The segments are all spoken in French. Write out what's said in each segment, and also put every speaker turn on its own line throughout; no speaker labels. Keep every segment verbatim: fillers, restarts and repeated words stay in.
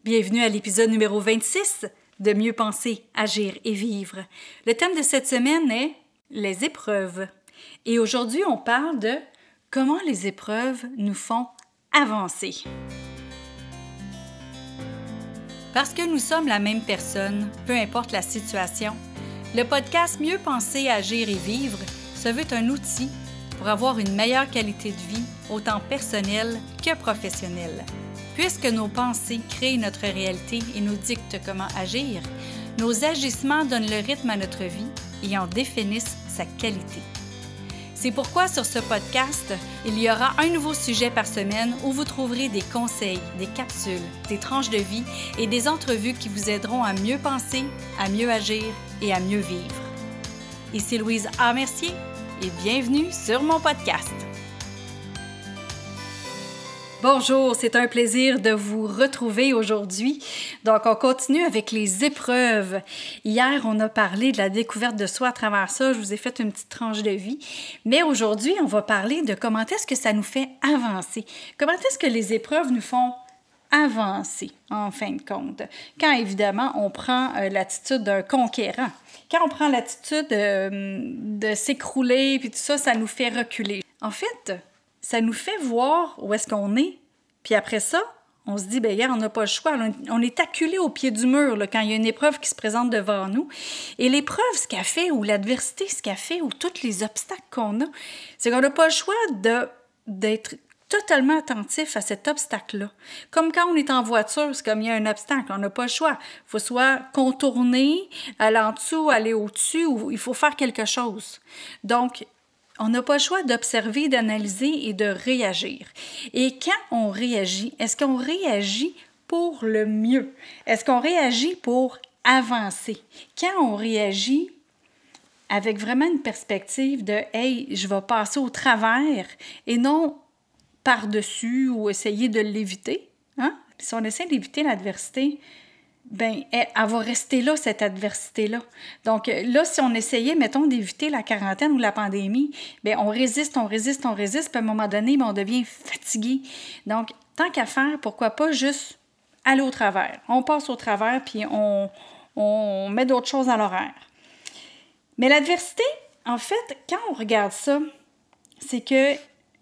Bienvenue à l'épisode numéro vingt-six de Mieux penser, agir et vivre. Le thème de cette semaine est les épreuves. Et aujourd'hui, on parle de comment les épreuves nous font avancer. Parce que nous sommes la même personne, peu importe la situation, le podcast Mieux penser, agir et vivre se veut un outil pour avoir une meilleure qualité de vie, autant personnelle que professionnelle. Puisque nos pensées créent notre réalité et nous dictent comment agir, nos agissements donnent le rythme à notre vie et en définissent sa qualité. C'est pourquoi sur ce podcast, il y aura un nouveau sujet par semaine où vous trouverez des conseils, des capsules, des tranches de vie et des entrevues qui vous aideront à mieux penser, à mieux agir et à mieux vivre. Ici Louise A. Mercier et bienvenue sur mon podcast. Bonjour, c'est un plaisir de vous retrouver aujourd'hui. Donc, on continue avec les épreuves. Hier, on a parlé de la découverte de soi à travers ça. Je vous ai fait une petite tranche de vie. Mais aujourd'hui, on va parler de comment est-ce que ça nous fait avancer. Comment est-ce que les épreuves nous font avancer, en fin de compte. Quand, évidemment, on prend euh, l'attitude d'un conquérant. Quand on prend l'attitude euh, de s'écrouler, puis tout ça, ça nous fait reculer. En fait, ça nous fait voir où est-ce qu'on est. Puis après ça, on se dit, bien, regarde, on n'a pas le choix. On est acculé au pied du mur là, quand il y a une épreuve qui se présente devant nous. Et l'épreuve, ce qu'elle fait, ou l'adversité, ce qu'elle fait, ou tous les obstacles qu'on a, c'est qu'on n'a pas le choix de, d'être totalement attentif à cet obstacle-là. Comme quand on est en voiture, c'est comme il y a un obstacle, on n'a pas le choix. Il faut soit contourner, aller en dessous, aller au-dessus, ou il faut faire quelque chose. Donc, on n'a pas le choix d'observer, d'analyser et de réagir. Et quand on réagit, est-ce qu'on réagit pour le mieux? Est-ce qu'on réagit pour avancer? Quand on réagit avec vraiment une perspective de « Hey, je vais passer au travers » et non par-dessus ou essayer de l'éviter, hein? Si on essaie d'éviter l'adversité, bien, elle, elle va rester là, cette adversité-là. Donc là, si on essayait, mettons, d'éviter la quarantaine ou la pandémie, bien, on résiste, on résiste, on résiste, puis à un moment donné, bien, on devient fatigué. Donc, tant qu'à faire, pourquoi pas juste aller au travers. On passe au travers, puis on, on met d'autres choses à l'horaire. Mais l'adversité, en fait, quand on regarde ça, c'est que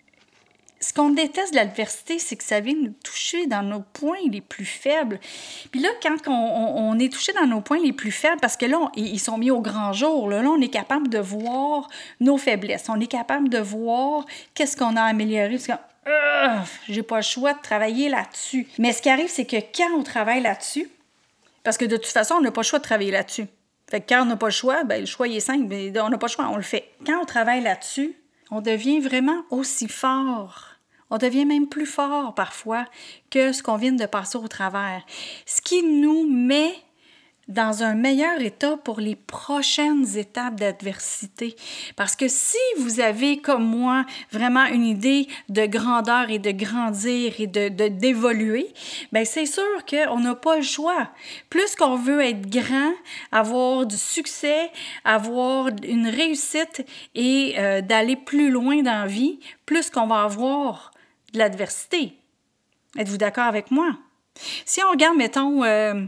ce qu'on déteste de l'adversité, c'est que ça vient nous toucher dans nos points les plus faibles. Puis là, quand on, on, on est touché dans nos points les plus faibles, parce que là, on, ils sont mis au grand jour, là, là, on est capable de voir nos faiblesses. On est capable de voir qu'est-ce qu'on a amélioré. Parce que, euh, j'ai pas le choix de travailler là-dessus. Mais ce qui arrive, c'est que quand on travaille là-dessus, parce que de toute façon, on n'a pas le choix de travailler là-dessus. Fait que quand on n'a pas le choix, bien, le choix il est simple, mais on n'a pas le choix, on le fait. Quand on travaille là-dessus, on devient vraiment aussi fort. On devient même plus fort parfois que ce qu'on vient de passer au travers. Ce qui nous met dans un meilleur état pour les prochaines étapes d'adversité. Parce que si vous avez, comme moi, vraiment une idée de grandeur et de grandir et de, de, d'évoluer, bien c'est sûr qu'on n'a pas le choix. Plus qu'on veut être grand, avoir du succès, avoir une réussite et euh, d'aller plus loin dans la vie, plus qu'on va avoir de l'adversité. Êtes-vous d'accord avec moi? Si on regarde, mettons, euh,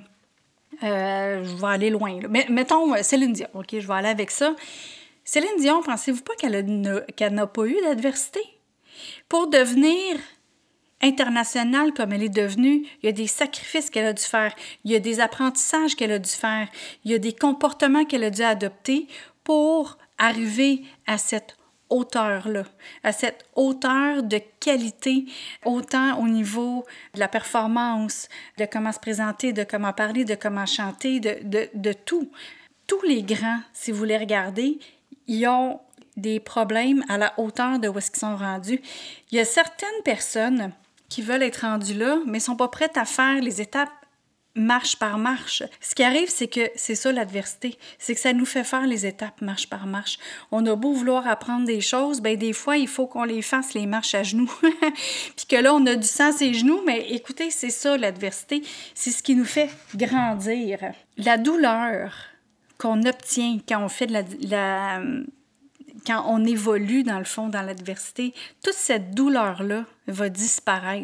euh, je vais aller loin, là. Mettons Céline Dion, OK, je vais aller avec ça. Céline Dion, pensez-vous pas qu'elle, a, qu'elle n'a pas eu d'adversité? Pour devenir internationale comme elle est devenue, il y a des sacrifices qu'elle a dû faire, il y a des apprentissages qu'elle a dû faire, il y a des comportements qu'elle a dû adopter pour arriver à cette hauteur-là, à cette hauteur de qualité, autant au niveau de la performance, de comment se présenter, de comment parler, de comment chanter, de, de, de tout. Tous les grands, si vous les regardez, ils ont des problèmes à la hauteur de où est-ce qu'ils sont rendus. Il y a certaines personnes qui veulent être rendues là, mais ne sont pas prêtes à faire les étapes marche par marche. Ce qui arrive, c'est que c'est ça l'adversité, c'est que ça nous fait faire les étapes marche par marche. On a beau vouloir apprendre des choses, bien des fois, il faut qu'on les fasse les marches à genoux. Puis que là, on a du sang à ses genoux, mais écoutez, c'est ça l'adversité, c'est ce qui nous fait grandir. La douleur qu'on obtient quand on fait de la... la quand on évolue, dans le fond, dans l'adversité, toute cette douleur-là va disparaître.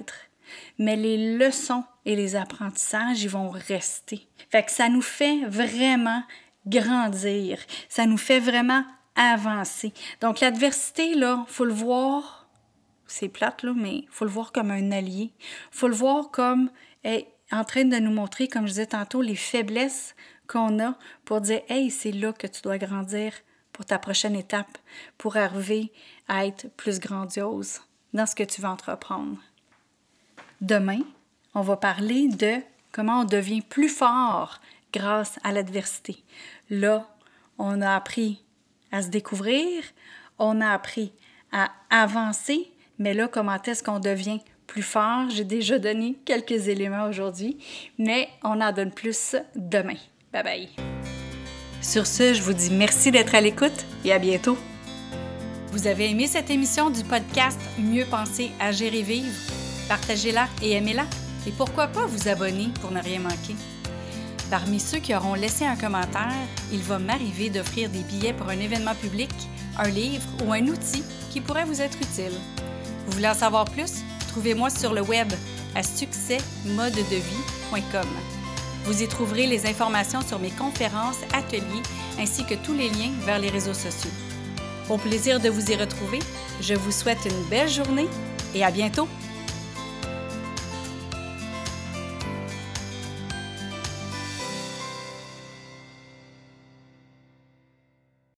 mais les leçons et les apprentissages, ils vont rester. Fait que ça nous fait vraiment grandir, ça nous fait vraiment avancer. Donc l'adversité, là, il faut le voir, c'est plate, là, mais il faut le voir comme un allié. Il faut le voir comme hey, en train de nous montrer, comme je disais tantôt, les faiblesses qu'on a pour dire « Hey, c'est là que tu dois grandir pour ta prochaine étape, pour arriver à être plus grandiose dans ce que tu vas entreprendre. » Demain, on va parler de comment on devient plus fort grâce à l'adversité. Là, on a appris à se découvrir, on a appris à avancer, mais là, comment est-ce qu'on devient plus fort? J'ai déjà donné quelques éléments aujourd'hui, mais on en donne plus demain. Bye bye! Sur ce, je vous dis merci d'être à l'écoute et à bientôt! Vous avez aimé cette émission du podcast Mieux penser, agir et vivre? Partagez-la et aimez-la. Et pourquoi pas vous abonner pour ne rien manquer? Parmi ceux qui auront laissé un commentaire, il va m'arriver d'offrir des billets pour un événement public, un livre ou un outil qui pourrait vous être utile. Vous voulez en savoir plus? Trouvez-moi sur le web à succès mode de vie point com. Vous y trouverez les informations sur mes conférences, ateliers, ainsi que tous les liens vers les réseaux sociaux. Au plaisir de vous y retrouver, je vous souhaite une belle journée et à bientôt!